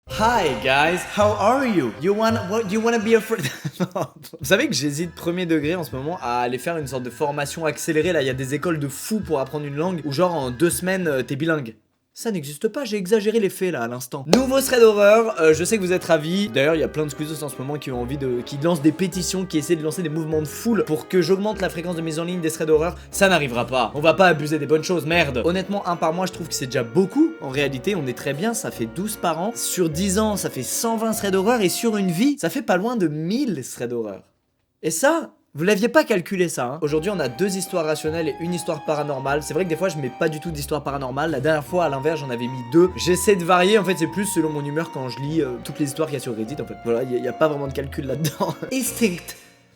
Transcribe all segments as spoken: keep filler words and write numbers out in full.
Hi guys, how are you? You wanna, what, you wanna be a friend? Vous savez que j'hésite premier degré en ce moment à aller faire une sorte de formation accélérée. Là, il y a des écoles de fous pour apprendre une langue où genre en deux semaines euh, t'es bilingue. Ça n'existe pas, j'ai exagéré les faits là à l'instant. Nouveau thread d'horreur, euh, je sais que vous êtes ravis. D'ailleurs, il y a plein de squeezos en ce moment qui ont envie de. qui lancent des pétitions, qui essaient de lancer des mouvements de foule pour que j'augmente la fréquence de mise en ligne des threads d'horreur. Ça n'arrivera pas. On va pas abuser des bonnes choses, merde. Honnêtement, un par mois, je trouve que c'est déjà beaucoup. En réalité, on est très bien, ça fait douze par an. Sur dix ans, ça fait cent vingt threads d'horreur. Et sur une vie, ça fait pas loin de mille threads d'horreur. Et ça. Vous l'aviez pas calculé ça, hein. Aujourd'hui on a deux histoires rationnelles et une histoire paranormale. C'est vrai que des fois je mets pas du tout d'histoire paranormale. La dernière fois à l'inverse j'en avais mis deux. J'essaie de varier, en fait c'est plus selon mon humeur quand je lis euh, toutes les histoires qu'il y a sur Reddit en fait. Voilà, il y, y a pas vraiment de calcul là-dedans. Instinct.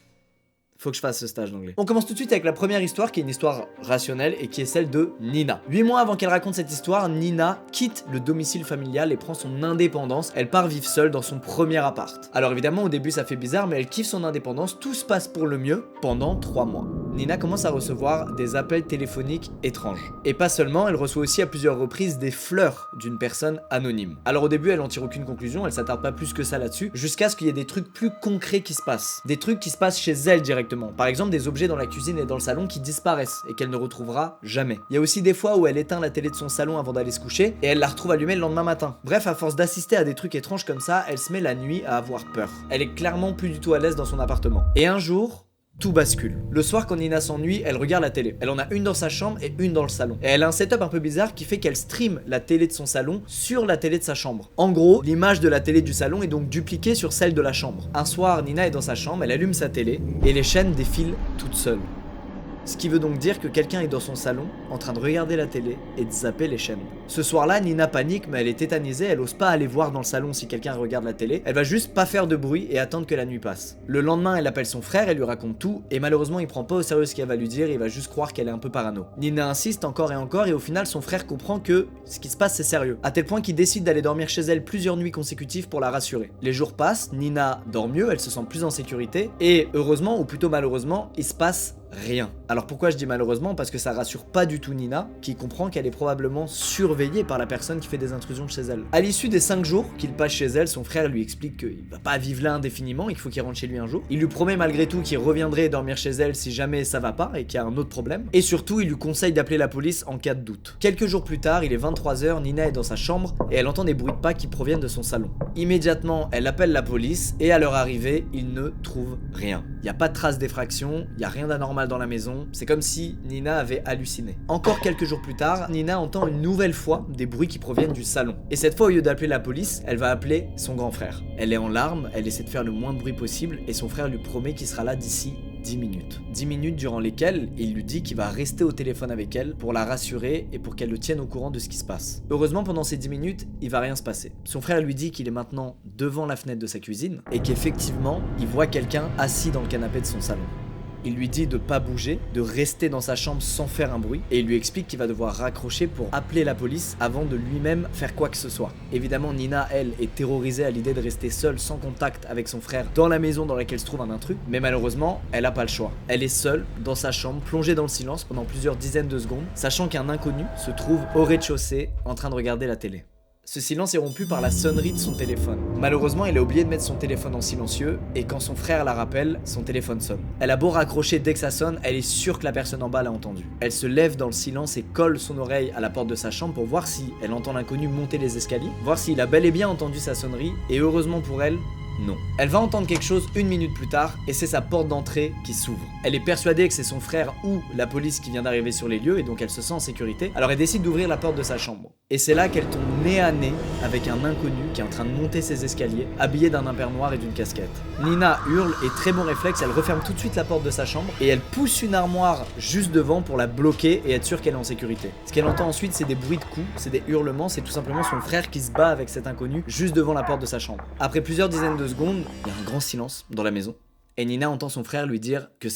Faut que je fasse ce stage d'anglais. On commence tout de suite avec la première histoire qui est une histoire rationnelle et qui est celle de Nina. huit mois avant qu'elle raconte cette histoire, Nina quitte le domicile familial et prend son indépendance. Elle part vivre seule dans son premier appart. Alors évidemment au début ça fait bizarre mais elle kiffe son indépendance, tout se passe pour le mieux pendant trois mois. Nina commence à recevoir des appels téléphoniques étranges. Et pas seulement, elle reçoit aussi à plusieurs reprises des fleurs d'une personne anonyme. Alors au début elle en tire aucune conclusion, elle s'attarde pas plus que ça là-dessus, jusqu'à ce qu'il y ait des trucs plus concrets qui se passent. Des trucs qui se passent chez elle directement. Par exemple des objets dans la cuisine et dans le salon qui disparaissent et qu'elle ne retrouvera jamais. Il y a aussi des fois où elle éteint la télé de son salon avant d'aller se coucher et elle la retrouve allumée le lendemain matin. Bref, à force d'assister à des trucs étranges comme ça, elle se met la nuit à avoir peur. Elle est clairement plus du tout à l'aise dans son appartement. Et un jour, tout bascule. Le soir quand Nina s'ennuie, elle regarde la télé. Elle en a une dans sa chambre et une dans le salon. Et elle a un setup un peu bizarre qui fait qu'elle stream la télé de son salon sur la télé de sa chambre. En gros, l'image de la télé du salon est donc dupliquée sur celle de la chambre. Un soir, Nina est dans sa chambre, elle allume sa télé et les chaînes défilent toutes seules. Ce qui veut donc dire que quelqu'un est dans son salon, en train de regarder la télé et de zapper les chaînes. Ce soir-là, Nina panique, mais elle est tétanisée, elle ose pas aller voir dans le salon si quelqu'un regarde la télé, elle va juste pas faire de bruit et attendre que la nuit passe. Le lendemain, elle appelle son frère, elle lui raconte tout, et malheureusement, il prend pas au sérieux ce qu'elle va lui dire, il va juste croire qu'elle est un peu parano. Nina insiste encore et encore, et au final, son frère comprend que ce qui se passe, c'est sérieux. À tel point qu'il décide d'aller dormir chez elle plusieurs nuits consécutives pour la rassurer. Les jours passent, Nina dort mieux, elle se sent plus en sécurité, et heureusement, ou plutôt malheureusement, il se passe rien. Alors pourquoi je dis malheureusement? Parce que ça rassure pas du tout Nina, qui comprend qu'elle est probablement surveillée par la personne qui fait des intrusions chez elle. À l'issue des cinq jours qu'il passe chez elle, son frère lui explique qu'il va pas vivre là indéfiniment, il faut qu'il rentre chez lui un jour. Il lui promet malgré tout qu'il reviendrait dormir chez elle si jamais ça va pas et qu'il y a un autre problème. Et surtout, il lui conseille d'appeler la police en cas de doute. Quelques jours plus tard, il est vingt-trois heures, Nina est dans sa chambre et elle entend des bruits de pas qui proviennent de son salon. Immédiatement, elle appelle la police et à leur arrivée, ils ne trouvent rien. Il y a pas de trace d'effraction, il y a rien d'anormal dans la maison, c'est comme si Nina avait halluciné. Encore quelques jours plus tard, Nina entend une nouvelle fois des bruits qui proviennent du salon. Et cette fois, au lieu d'appeler la police, elle va appeler son grand frère. Elle est en larmes, elle essaie de faire le moins de bruit possible et son frère lui promet qu'il sera là d'ici dix minutes. dix minutes durant lesquelles il lui dit qu'il va rester au téléphone avec elle pour la rassurer et pour qu'elle le tienne au courant de ce qui se passe. Heureusement, pendant ces dix minutes, il va rien se passer. Son frère lui dit qu'il est maintenant devant la fenêtre de sa cuisine et qu'effectivement, il voit quelqu'un assis dans le canapé de son salon. Il lui dit de pas bouger, de rester dans sa chambre sans faire un bruit, et il lui explique qu'il va devoir raccrocher pour appeler la police avant de lui-même faire quoi que ce soit. Évidemment, Nina, elle, est terrorisée à l'idée de rester seule sans contact avec son frère dans la maison dans laquelle se trouve un intrus, mais malheureusement, elle a pas le choix. Elle est seule, dans sa chambre, plongée dans le silence pendant plusieurs dizaines de secondes, sachant qu'un inconnu se trouve au rez-de-chaussée en train de regarder la télé. Ce silence est rompu par la sonnerie de son téléphone. Malheureusement, elle a oublié de mettre son téléphone en silencieux et quand son frère la rappelle, son téléphone sonne. Elle a beau raccrocher dès que ça sonne, elle est sûre que la personne en bas l'a entendu. Elle se lève dans le silence et colle son oreille à la porte de sa chambre pour voir si elle entend l'inconnu monter les escaliers, voir s'il a bel et bien entendu sa sonnerie et heureusement pour elle, non. Elle va entendre quelque chose une minute plus tard et c'est sa porte d'entrée qui s'ouvre. Elle est persuadée que c'est son frère ou la police qui vient d'arriver sur les lieux et donc elle se sent en sécurité. Alors elle décide d'ouvrir la porte de sa chambre. Et c'est là qu'elle tombe nez à nez avec un inconnu qui est en train de monter ses escaliers, habillé d'un impair noir et d'une casquette. Nina hurle et très bon réflexe, elle referme tout de suite la porte de sa chambre et elle pousse une armoire juste devant pour la bloquer et être sûre qu'elle est en sécurité. Ce qu'elle entend ensuite, c'est des bruits de coups, c'est des hurlements, c'est tout simplement son frère qui se bat avec cet inconnu juste devant la porte de sa chambre. Après plusieurs dizaines de secondes, il y a un grand silence dans la maison et Nina entend son frère lui dire que c'est bon,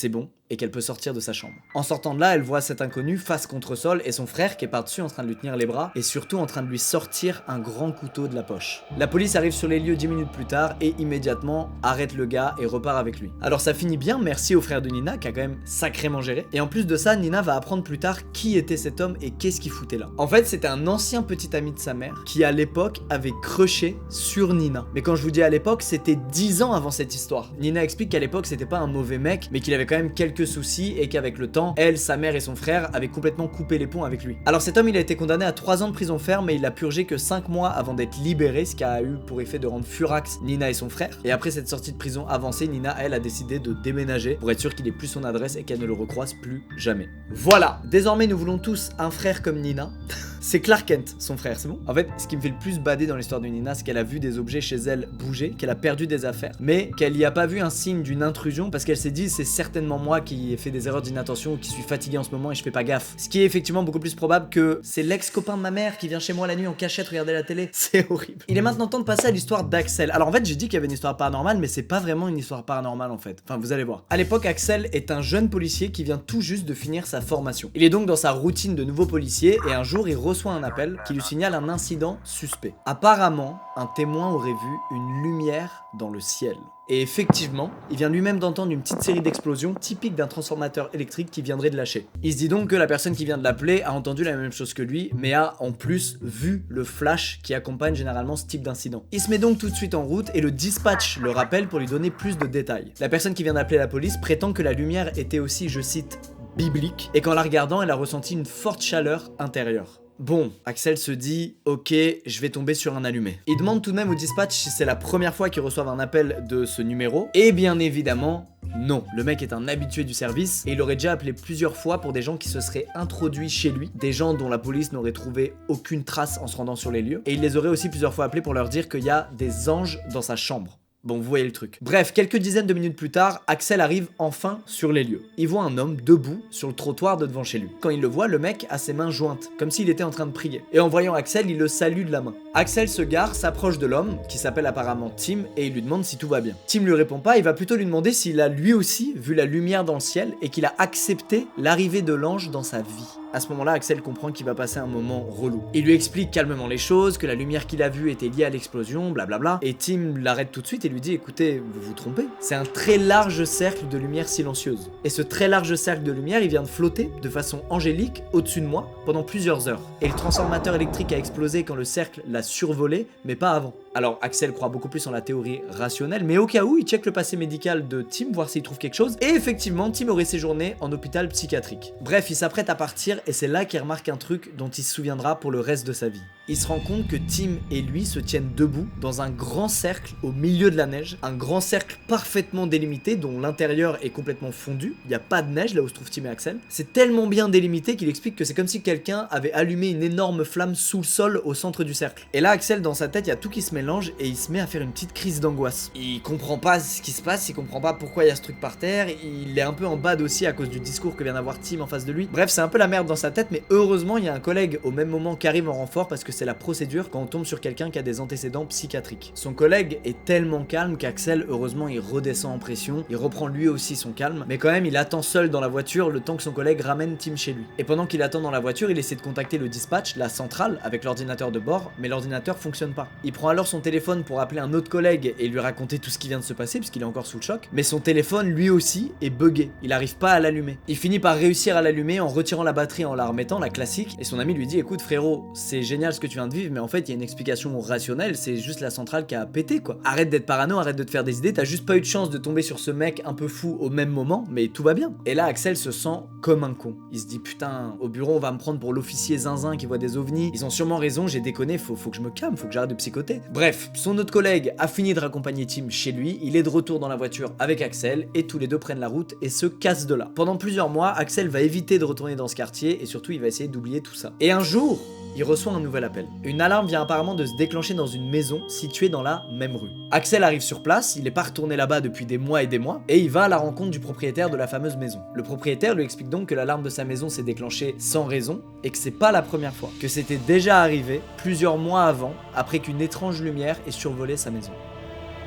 et qu'elle peut sortir de sa chambre. En sortant de là, elle voit cet inconnu face contre sol et son frère qui est par-dessus en train de lui tenir les bras et surtout en train de lui sortir un grand couteau de la poche. La police arrive sur les lieux dix minutes plus tard et immédiatement arrête le gars et repart avec lui. Alors ça finit bien, merci au frère de Nina qui a quand même sacrément géré. Et en plus de ça, Nina va apprendre plus tard qui était cet homme et qu'est-ce qu'il foutait là. En fait, c'était un ancien petit ami de sa mère qui à l'époque avait crushé sur Nina. Mais quand je vous dis à l'époque, c'était dix ans avant cette histoire. Nina explique qu'à l'époque, c'était pas un mauvais mec, mais qu'il avait quand même quelques soucis et qu'avec le temps, elle, sa mère et son frère avaient complètement coupé les ponts avec lui. Alors cet homme, il a été condamné à trois ans de prison ferme, mais il a purgé que cinq mois avant d'être libéré, ce qui a eu pour effet de rendre furax Nina et son frère. Et après cette sortie de prison avancée, Nina, elle, a décidé de déménager pour être sûre qu'il ait plus son adresse et qu'elle ne le recroise plus jamais. Voilà, désormais nous voulons tous un frère comme Nina. C'est Clark Kent, son frère, c'est bon? En fait, ce qui me fait le plus bader dans l'histoire de Nina, c'est qu'elle a vu des objets chez elle bouger, qu'elle a perdu des affaires, mais qu'elle y a pas vu un signe d'une intrusion parce qu'elle s'est dit c'est certainement moi qui ai fait des erreurs d'inattention ou qui suis fatigué en ce moment et je fais pas gaffe. Ce qui est effectivement beaucoup plus probable que c'est l'ex-copain de ma mère qui vient chez moi la nuit en cachette regarder la télé. C'est horrible. Il est maintenant temps de passer à l'histoire d'Axel. Alors en fait, j'ai dit qu'il y avait une histoire paranormale, mais c'est pas vraiment une histoire paranormale en fait. Enfin, vous allez voir. À l'époque, Axel est un jeune policier qui vient tout juste de finir sa formation. Il est donc dans sa routine de nouveau policier et un jour, il reçoit un appel qui lui signale un incident suspect. Apparemment, un témoin aurait vu une lumière dans le ciel. Et effectivement, il vient lui-même d'entendre une petite série d'explosions typiques d'un transformateur électrique qui viendrait de lâcher. Il se dit donc que la personne qui vient de l'appeler a entendu la même chose que lui, mais a en plus vu le flash qui accompagne généralement ce type d'incident. Il se met donc tout de suite en route et le dispatch le rappelle pour lui donner plus de détails. La personne qui vient d'appeler la police prétend que la lumière était aussi, je cite, biblique, et qu'en la regardant, elle a ressenti une forte chaleur intérieure. Bon, Axel se dit, ok, je vais tomber sur un allumé. Il demande tout de même au dispatch si c'est la première fois qu'ils reçoivent un appel de ce numéro, et bien évidemment, non. Le mec est un habitué du service, et il aurait déjà appelé plusieurs fois pour des gens qui se seraient introduits chez lui, des gens dont la police n'aurait trouvé aucune trace en se rendant sur les lieux, et il les aurait aussi plusieurs fois appelés pour leur dire qu'il y a des anges dans sa chambre. Bon, vous voyez le truc. Bref, quelques dizaines de minutes plus tard, Axel arrive enfin sur les lieux. Il voit un homme debout sur le trottoir de devant chez lui. Quand il le voit, le mec a ses mains jointes, comme s'il était en train de prier. Et en voyant Axel, il le salue de la main. Axel se gare, s'approche de l'homme, qui s'appelle apparemment Tim, et il lui demande si tout va bien. Tim lui répond pas, il va plutôt lui demander s'il a lui aussi vu la lumière dans le ciel et qu'il a accepté l'arrivée de l'ange dans sa vie. À ce moment-là, Axel comprend qu'il va passer un moment relou. Il lui explique calmement les choses, que la lumière qu'il a vue était liée à l'explosion, blablabla. Et Tim l'arrête tout de suite et lui dit, écoutez, vous vous trompez. C'est un très large cercle de lumière silencieuse. Et ce très large cercle de lumière, il vient de flotter de façon angélique au-dessus de moi pendant plusieurs heures. Et le transformateur électrique a explosé quand le cercle l'a survolé, mais pas avant. Alors Axel croit beaucoup plus en la théorie rationnelle, mais au cas où, il check le passé médical de Tim, voir s'il trouve quelque chose. Et effectivement, Tim aurait séjourné en hôpital psychiatrique. Bref, il s'apprête à partir et c'est là qu'il remarque un truc dont il se souviendra pour le reste de sa vie. Il se rend compte que Tim et lui se tiennent debout dans un grand cercle au milieu de la neige, un grand cercle parfaitement délimité dont l'intérieur est complètement fondu, il n'y a pas de neige là où se trouvent Tim et Axel. C'est tellement bien délimité qu'il explique que c'est comme si quelqu'un avait allumé une énorme flamme sous le sol au centre du cercle. Et là Axel, dans sa tête, il y a tout qui se mélange et il se met à faire une petite crise d'angoisse. Il comprend pas ce qui se passe, il comprend pas pourquoi il y a ce truc par terre, il est un peu en bad aussi à cause du discours que vient d'avoir Tim en face de lui. Bref, c'est un peu la merde dans sa tête, mais heureusement il y a un collègue au même moment qui arrive en renfort parce que c'est la procédure quand on tombe sur quelqu'un qui a des antécédents psychiatriques. Son collègue est tellement calme qu'Axel, heureusement, il redescend en pression, il reprend lui aussi son calme, mais quand même il attend seul dans la voiture le temps que son collègue ramène Tim chez lui. Et pendant qu'il attend dans la voiture, il essaie de contacter le dispatch, la centrale, avec l'ordinateur de bord, mais l'ordinateur fonctionne pas. Il prend alors son téléphone pour appeler un autre collègue et lui raconter tout ce qui vient de se passer puisqu'il est encore sous le choc, mais son téléphone lui aussi est buggé, il arrive pas à l'allumer. Il finit par réussir à l'allumer en retirant la batterie en la remettant, la classique, et son ami lui dit écoute frérot, c'est génial ce que tu viens de vivre, mais en fait il y a une explication rationnelle, c'est juste la centrale qui a pété quoi. Arrête d'être parano, arrête de te faire des idées, t'as juste pas eu de chance de tomber sur ce mec un peu fou au même moment, mais tout va bien. Et là Axel se sent comme un con. Il se dit putain, au bureau on va me prendre pour l'officier zinzin qui voit des ovnis, ils ont sûrement raison, j'ai déconné, faut, faut que je me calme, faut que j'arrête de psychoter. Bref, son autre collègue a fini de raccompagner Tim chez lui, il est de retour dans la voiture avec Axel, et tous les deux prennent la route et se cassent de là. Pendant plusieurs mois, Axel va éviter de retourner dans ce quartier, et surtout il va essayer d'oublier tout ça. Et un jour, il reçoit un nouvel appel. Une alarme vient apparemment de se déclencher dans une maison située dans la même rue. Axel arrive sur place, il est pas retourné là-bas depuis des mois et des mois, et il va à la rencontre du propriétaire de la fameuse maison. Le propriétaire lui explique donc que l'alarme de sa maison s'est déclenchée sans raison, et que c'est pas la première fois, que c'était déjà arrivé plusieurs mois avant, après qu'une étrange lumière ait survolé sa maison.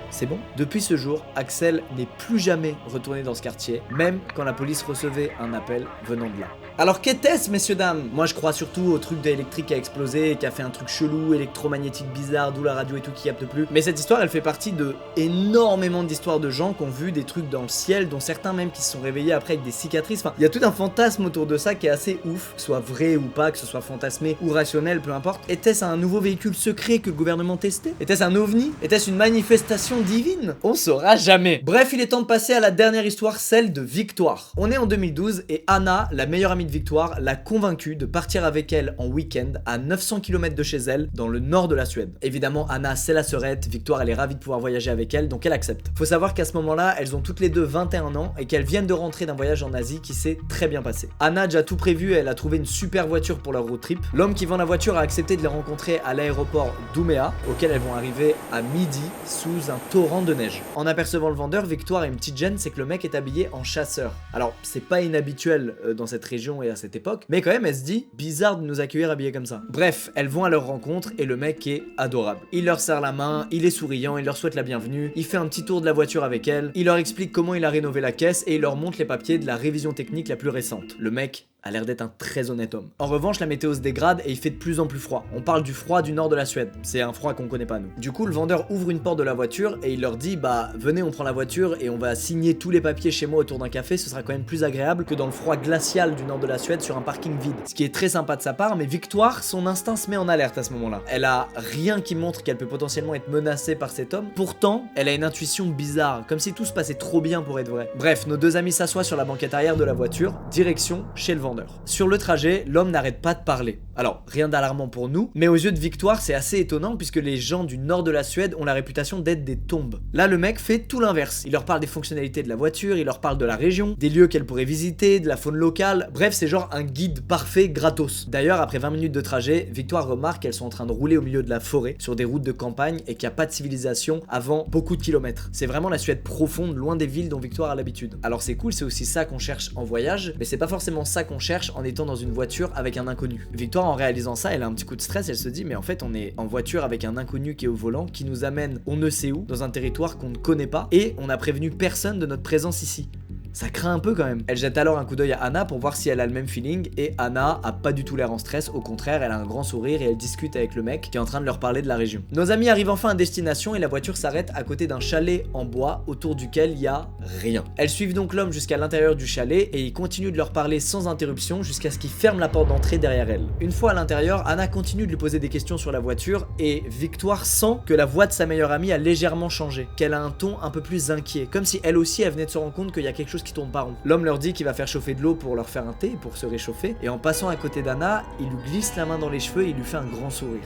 c'est bon. Depuis ce jour, Axel n'est plus jamais retourné dans ce quartier, même quand la police recevait un appel venant de là. Alors qu'était-ce, messieurs dames? Moi je crois surtout au truc d'électrique qui a explosé et qui a fait un truc chelou, électromagnétique bizarre, d'où la radio et tout qui capte plus. Mais cette histoire elle fait partie de énormément d'histoires de gens qui ont vu des trucs dans le ciel, dont certains même qui se sont réveillés après avec des cicatrices. Enfin, il y a tout un fantasme autour de ça qui est assez ouf, que ce soit vrai ou pas, que ce soit fantasmé ou rationnel, peu importe. Était-ce un nouveau véhicule secret que le gouvernement testait? Était-ce un ovni? Était-ce une manifestation divine? On saura jamais. Bref, il est temps de passer à la dernière histoire, celle de Victoire. On est en deux mille douze et Anna, la meilleure amie de Victoire, l'a convaincue de partir avec elle en week-end à neuf cents kilomètres de chez elle, dans le nord de la Suède. Évidemment, Anna, c'est la sœurette, Victoire, elle est ravie de pouvoir voyager avec elle, donc elle accepte. Faut savoir qu'à ce moment-là, elles ont toutes les deux vingt et un ans et qu'elles viennent de rentrer d'un voyage en Asie qui s'est très bien passé. Anna a déjà tout prévu, elle a trouvé une super voiture pour leur road trip. L'homme qui vend la voiture a accepté de les rencontrer à l'aéroport d'Ouméa, auquel elles vont arriver à midi sous un torrent de neige. En apercevant le vendeur, Victoire a une petite gêne, c'est que le mec est habillé en chasseur. Alors, c'est pas inhabituel euh, dans cette région et à cette époque, mais quand même, elle se dit, bizarre de nous accueillir habillés comme ça. Bref, elles vont à leur rencontre et le mec est adorable. Il leur serre la main, il est souriant, il leur souhaite la bienvenue, il fait un petit tour de la voiture avec elle, il leur explique comment il a rénové la caisse et il leur montre les papiers de la révision technique la plus récente. Le mec a l'air d'être un très honnête homme. En revanche, la météo se dégrade et il fait de plus en plus froid. On parle du froid du nord de la Suède. C'est un froid qu'on connaît pas nous. Du coup, le vendeur ouvre une porte de la voiture et il leur dit bah venez, on prend la voiture et on va signer tous les papiers chez moi autour d'un café, ce sera quand même plus agréable que dans le froid glacial du nord de la Suède sur un parking vide. Ce qui est très sympa de sa part, mais Victoire, son instinct se met en alerte à ce moment-là. Elle a rien qui montre qu'elle peut potentiellement être menacée par cet homme. Pourtant, elle a une intuition bizarre, comme si tout se passait trop bien pour être vrai. Bref, nos deux amis s'assoient sur la banquette arrière de la voiture, direction chez le vendeur. Sur le trajet, l'homme n'arrête pas de parler. Alors, rien d'alarmant pour nous, mais aux yeux de Victoire, c'est assez étonnant puisque les gens du nord de la Suède ont la réputation d'être des tombes. Là, le mec fait tout l'inverse. Il leur parle des fonctionnalités de la voiture, il leur parle de la région, des lieux qu'elle pourrait visiter, de la faune locale. Bref, c'est genre un guide parfait gratos. D'ailleurs, après vingt minutes de trajet, Victoire remarque qu'elles sont en train de rouler au milieu de la forêt, sur des routes de campagne et qu'il n'y a pas de civilisation avant beaucoup de kilomètres. C'est vraiment la Suède profonde, loin des villes dont Victoire a l'habitude. Alors c'est cool, c'est aussi ça qu'on cherche en voyage, mais c'est pas forcément ça qu'on cherche en étant dans une voiture avec un inconnu. Victoire, en réalisant ça, elle a un petit coup de stress, elle se dit mais en fait on est en voiture avec un inconnu qui est au volant, qui nous amène on ne sait où, dans un territoire qu'on ne connaît pas, et on n'a prévenu personne de notre présence ici. Ça craint un peu quand même. Elle jette alors un coup d'œil à Anna pour voir si elle a le même feeling et Anna a pas du tout l'air en stress, au contraire elle a un grand sourire et elle discute avec le mec qui est en train de leur parler de la région. Nos amis arrivent enfin à destination et la voiture s'arrête à côté d'un chalet en bois autour duquel il y a rien. Elles suivent donc l'homme jusqu'à l'intérieur du chalet et il continue de leur parler sans interruption jusqu'à ce qu'il ferme la porte d'entrée derrière elle. Une fois à l'intérieur, Anna continue de lui poser des questions sur la voiture et Victoire sent que la voix de sa meilleure amie a légèrement changé, qu'elle a un ton un peu plus inquiet, comme si elle aussi elle venait de se rendre compte qu'il y a quelque chose qui tourne pas rond. L'homme leur dit qu'il va faire chauffer de l'eau pour leur faire un thé, pour se réchauffer, et en passant à côté d'Anna, il lui glisse la main dans les cheveux et il lui fait un grand sourire.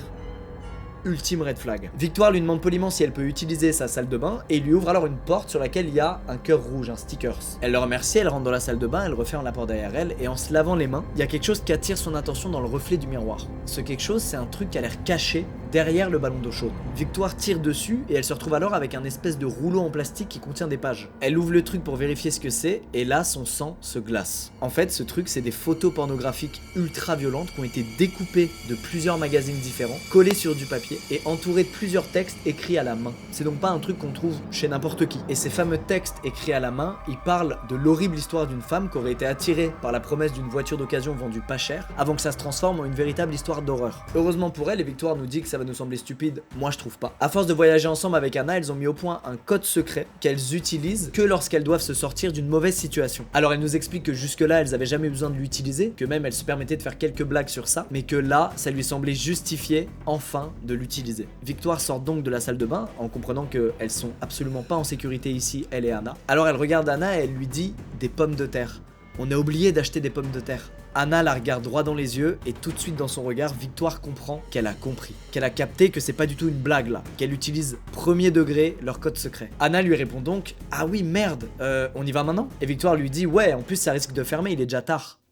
Ultime red flag. Victoire lui demande poliment si elle peut utiliser sa salle de bain et il lui ouvre alors une porte sur laquelle il y a un cœur rouge, un stickers. Elle le remercie, elle rentre dans la salle de bain, elle referme la porte derrière elle et en se lavant les mains, il y a quelque chose qui attire son attention dans le reflet du miroir. Ce quelque chose, c'est un truc qui a l'air caché derrière le ballon d'eau chaude. Victoire tire dessus et elle se retrouve alors avec un espèce de rouleau en plastique qui contient des pages. Elle ouvre le truc pour vérifier ce que c'est et là son sang se glace. En fait, ce truc, c'est des photos pornographiques ultra violentes qui ont été découpées de plusieurs magazines différents, collées sur du papier et entouré de plusieurs textes écrits à la main. C'est donc pas un truc qu'on trouve chez n'importe qui. Et ces fameux textes écrits à la main, ils parlent de l'horrible histoire d'une femme qui aurait été attirée par la promesse d'une voiture d'occasion vendue pas cher, avant que ça se transforme en une véritable histoire d'horreur. Heureusement pour elle, et Victoire nous dit que ça va nous sembler stupide, moi je trouve pas. À force de voyager ensemble avec Anna, elles ont mis au point un code secret qu'elles utilisent que lorsqu'elles doivent se sortir d'une mauvaise situation. Alors elle nous explique que jusque là, elles avaient jamais besoin de l'utiliser, que même elles se permettaient de faire quelques blagues sur ça, mais que là, ça lui semblait justifié, enfin, de l'utiliser. Victoire sort donc de la salle de bain en comprenant qu'elles sont absolument pas en sécurité ici, elle et Anna. Alors elle regarde Anna et elle lui dit des pommes de terre. On a oublié d'acheter des pommes de terre. Anna la regarde droit dans les yeux et tout de suite dans son regard, Victoire comprend qu'elle a compris, qu'elle a capté que c'est pas du tout une blague là, qu'elle utilise premier degré leur code secret. Anna lui répond donc « Ah oui merde, euh, on y va maintenant ?» Et Victoire lui dit « Ouais, en plus ça risque de fermer, il est déjà tard. »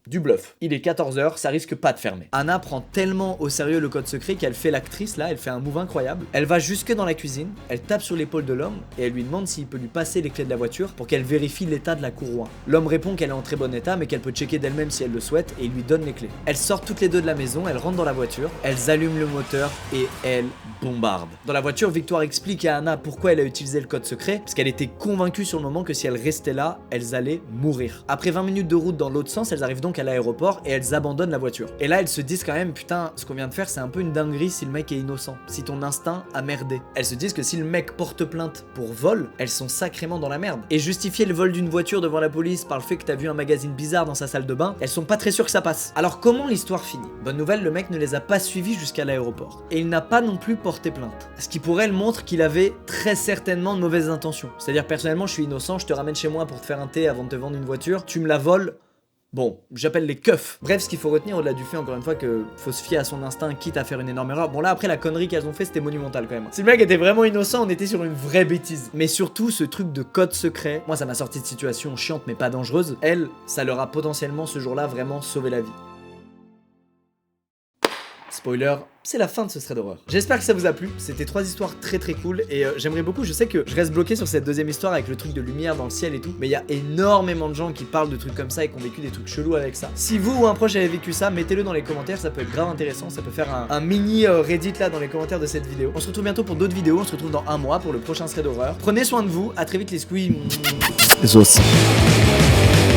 du bluff. Il est quatorze heures, ça risque pas de fermer. Anna prend tellement au sérieux le code secret qu'elle fait l'actrice là, elle fait un move incroyable. Elle va jusque dans la cuisine, elle tape sur l'épaule de l'homme et elle lui demande s'il peut lui passer les clés de la voiture pour qu'elle vérifie l'état de la courroie. L'homme répond qu'elle est en très bon état mais qu'elle peut checker d'elle-même si elle le souhaite et il lui donne les clés. Elles sortent toutes les deux de la maison, elles rentrent dans la voiture, elles allument le moteur et elles bombardent. Dans la voiture, Victoire explique à Anna pourquoi elle a utilisé le code secret, parce qu'elle était convaincue sur le moment que si elles restaient là, elles allaient mourir. Après vingt minutes de route dans l'autre sens, elles arrivent donc à l'aéroport et elles abandonnent la voiture. Et là, elles se disent quand même, putain, ce qu'on vient de faire, c'est un peu une dinguerie si le mec est innocent, si ton instinct a merdé. Elles se disent que si le mec porte plainte pour vol, elles sont sacrément dans la merde. Et justifier le vol d'une voiture devant la police par le fait que t'as vu un magazine bizarre dans sa salle de bain, elles sont pas très sûres que ça passe. Alors comment l'histoire finit? Bonne nouvelle, le mec ne les a pas suivis jusqu'à l'aéroport. Et il n'a pas non plus porté plainte. Ce qui pour elle montre qu'il avait très certainement de mauvaises intentions. C'est-à-dire personnellement, je suis innocent, je te ramène chez moi pour te faire un thé avant de te vendre une voiture, tu me la voles. Bon, j'appelle les keufs. Bref, ce qu'il faut retenir au-delà du fait, encore une fois, que faut se fier à son instinct, quitte à faire une énorme erreur. Bon là, après, la connerie qu'elles ont fait, c'était monumental quand même. Si le mec était vraiment innocent, on était sur une vraie bêtise. Mais surtout, ce truc de code secret, moi, ça m'a sorti de situation chiante mais pas dangereuse. Elle, ça leur a potentiellement, ce jour-là, vraiment sauvé la vie. Spoiler, c'est la fin de ce thread d'horreur. J'espère que ça vous a plu, c'était trois histoires très très cool et euh, j'aimerais beaucoup, je sais que je reste bloqué sur cette deuxième histoire avec le truc de lumière dans le ciel et tout, mais il y a énormément de gens qui parlent de trucs comme ça et qui ont vécu des trucs chelous avec ça. Si vous ou un proche avez vécu ça, mettez-le dans les commentaires, ça peut être grave intéressant, ça peut faire un, un mini euh, Reddit là dans les commentaires de cette vidéo. On se retrouve bientôt pour d'autres vidéos, on se retrouve dans un mois pour le prochain thread d'horreur. Prenez soin de vous, à très vite les squeeze. Les os.